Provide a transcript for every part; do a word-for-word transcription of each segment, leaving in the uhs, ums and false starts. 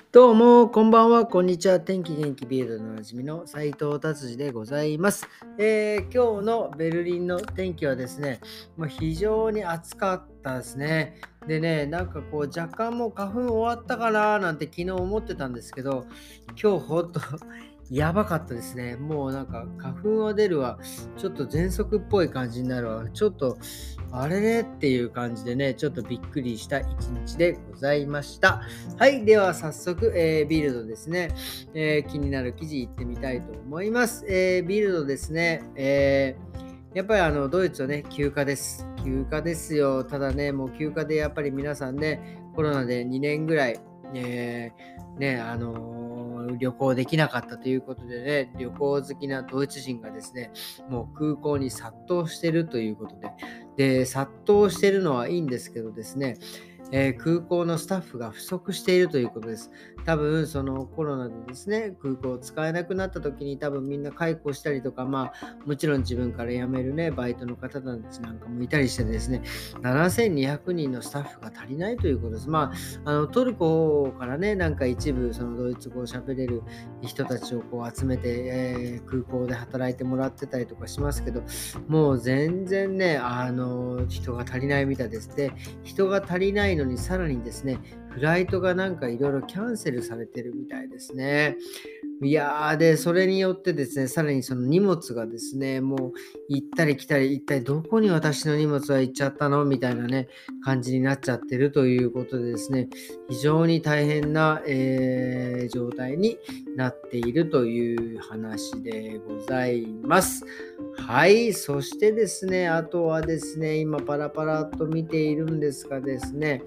どうも、こんばんは、こんにちは。天気元気ビールドのおなじみの斉藤達治でございます。えー今日のベルリンの天気はですね、まあ、非常に暑かったですね。でね、なんかこう若干もう花粉終わったかななんて昨日思ってたんですけど、今日ほんとやばかったですね。もうなんか花粉は出るわ、ちょっと喘息っぽい感じになるわ、ちょっとあれれっていう感じでね、ちょっとびっくりした一日でございました。はい、では早速、えービルドですね、えー気になる記事いってみたいと思います。えービルドですね、えーやっぱりあのドイツはね、休暇です。休暇ですよ。ただね、もう休暇でやっぱり皆さんね、コロナでにねんぐらい、えーね、あのー旅行できなかったということでね、旅行好きなドイツ人がですね、もう空港に殺到してるということで、で、殺到してるのはいいんですけどですね、えー空港のスタッフが不足しているということです。多分そのコロナでですね、空港を使えなくなった時に多分みんな解雇したりとか、まあもちろん自分から辞めるね、バイトの方たちなんかもいたりしてですね、ななせんにひゃくにんのスタッフが足りないということです。まあ、あのトルコからね、なんか一部そのドイツ語を喋れる人たちをこう集めて、えー空港で働いてもらってたりとかしますけど、もう全然ね、あの人が足りないみたいです。で、人が足りないのにさらにですね、フライトがなんかいろいろキャンセルされてるみたいですね。いやー、で、それによってですね、さらにその荷物がですね、もう行ったり来たり、一体どこに私の荷物は行っちゃったのみたいなね、感じになっちゃってるということでですね、非常に大変な、えー状態になっているという話でございます。はい、そしてですね、あとはですね、今パラパラっと見ているんですがですね、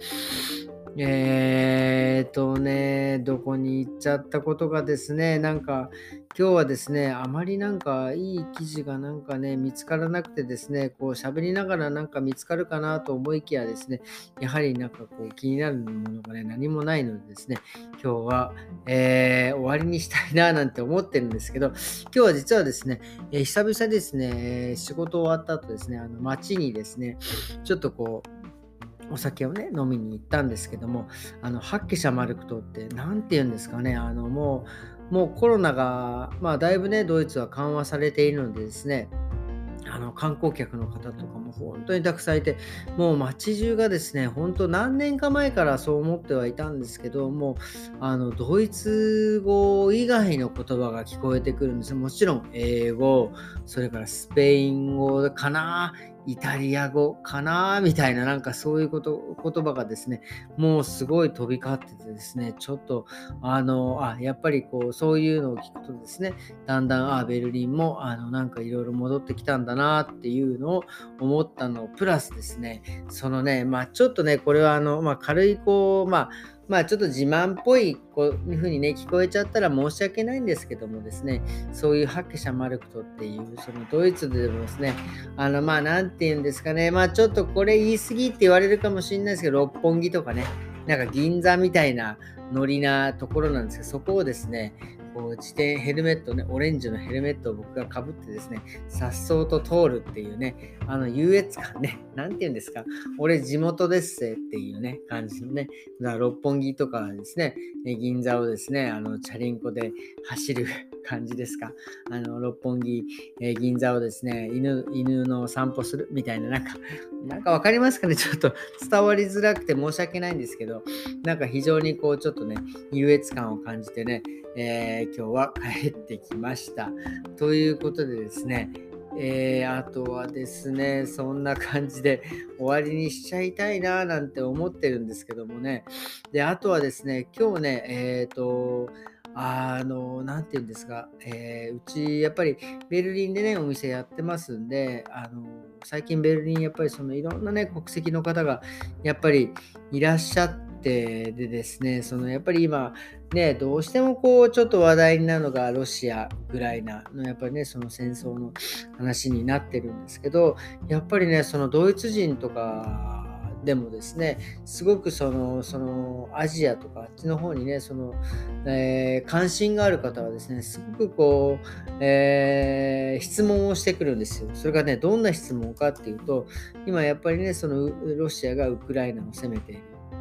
えーとね、どこに行っちゃったことがですね、なんか今日はですね、あまりなんかいい記事がなんかね、見つからなくてですね、こう喋りながらなんか見つかるかなと思いきやですね、やはりなんかこう気になるものがね、何もないのでですね、今日は、えー終わりにしたいななんて思ってるんですけど、今日は実はですね、えー久々ですね、えー仕事終わった後ですね、あの街にですね、ちょっとこう、お酒をね、飲みに行ったんですけども、あの、ハッケシャマルクトって何て言うんですかね、あの、もうもうコロナが、まあ、だいぶね、ドイツは緩和されているのでですね、あの、観光客の方とかも本当にたくさんいて、もう街中がですね、本当何年か前からそう思ってはいたんですけど、もう、あの、ドイツ語以外の言葉が聞こえてくるんですよ。もちろん英語、それからスペイン語かな、イタリア語かなみたいな、なんかそういうこと言葉がですね、もうすごい飛び交っててですね、ちょっと、あの、あ、やっぱりこう、そういうのを聞くとですね、だんだん、あ、ベルリンも、あの、なんかいろいろ戻ってきたんだなっていうのを思ったのプラスですね、そのね、まあ、ちょっとね、これはあの、まあ、軽いこう、まあ、まあ、ちょっと自慢っぽいこういう風にね、聞こえちゃったら申し訳ないんですけどもですね、そういうハッケシャマルクトっていう、そのドイツでもですね、あの、まあ、なんて言うんですかね、まあ、ちょっとこれ言い過ぎって言われるかもしれないですけど、六本木とかね、なんか銀座みたいなノリなところなんですけど、そこをですね、こう自転ヘルメットね、オレンジのヘルメットを僕がかぶってですね、颯爽と通るっていうね、あの優越感ね、なんて言うんですか、俺地元ですぜっていうね、感じのね、だから六本木とかですね、え銀座をですね、あのチャリンコで走る感じですか。あの六本木、えー銀座をですね、犬犬の散歩するみたいな、なんか、なんかわかりますかね、ちょっと伝わりづらくて申し訳ないんですけど、なんか非常にこう、ちょっとね、優越感を感じてね、えー今日は帰ってきました。ということでですね、えーあとはですね、そんな感じで終わりにしちゃいたいななんて思ってるんですけどもね。で、あとはですね、今日ね、えっと、あの、なんて言うんですか、えーうちやっぱりベルリンでね、お店やってますんで、あの、最近ベルリンやっぱりそのいろんなね、国籍の方がやっぱりいらっしゃって、でですね、そのやっぱり今、ね、どうしてもこうちょっと話題になるのがロシア、ウクライナのやっぱりね、その戦争の話になってるんですけど、やっぱりね、そのドイツ人とかでもですね、すごくそのそのアジアとかあっちの方にね、その、えー関心がある方はですね、すごくこう、えー質問をしてくるんですよ。それがね、どんな質問かっていうと、今やっぱりね、そのうロシアがウクライナを攻めている。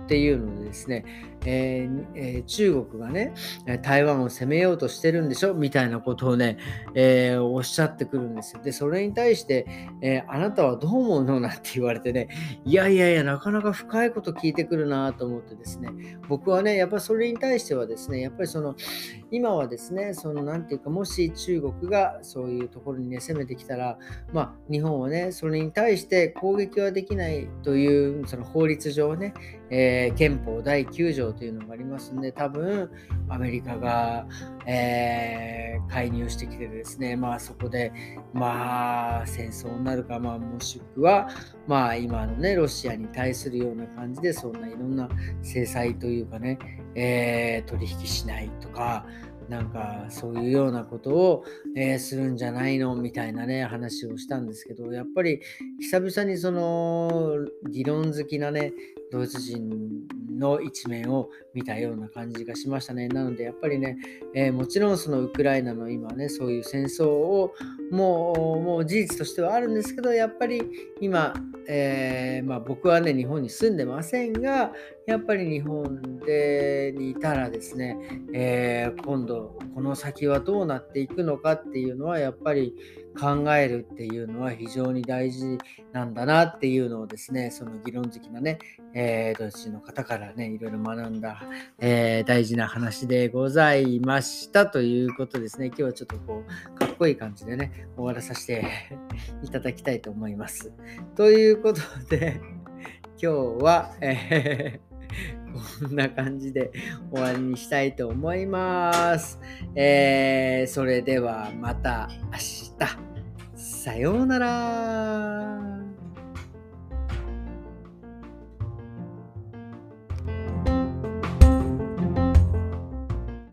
っていうのでですね、えーえー中国がね、台湾を攻めようとしてるんでしょみたいなことをね、えーおっしゃってくるんですよ。で、それに対して、えーあなたはどう思うのなんて言われてね、いやいやいや、なかなか深いこと聞いてくるなと思ってですね、僕はね、やっぱりそれに対してはですね、やっぱりその、今はですね、その、なんていうか、もし中国がそういうところにね、攻めてきたら、まあ、日本はね、それに対して攻撃はできないという、その法律上ね、えー憲法だいきゅう条というのがありますので、多分、アメリカが、えー介入してきてですね、まあ、そこで、まあ、戦争になるか、まあ、もしくは、まあ、今のね、ロシアに対するような感じで、そんないろんな制裁というかね、えー取引しないとか、なんかそういうようなことを、えーするんじゃないのみたいなね、話をしたんですけど、やっぱり久々にその議論好きなね、ドイツ人の一面を見たような感じがしましたね。なのでやっぱりね、えーもちろんそのウクライナの今ね、そういう戦争をもうもう事実としてはあるんですけど、やっぱり今、えーまあ、僕はね、日本に住んでませんが、やっぱり日本でにいたらですね、えー今度この先はどうなっていくのかっていうのはやっぱり考えるっていうのは非常に大事なんだなっていうのをですね、その議論好きなね、えードイツ人の方からね、いろいろ学んだ、えー大事な話でございましたということですね。今日はちょっとこう、かっこいい感じでね、終わらさせていただきたいと思います。ということで、今日は、えーこんな感じで終わりにしたいと思います。えーそれではまた明日。さようなら。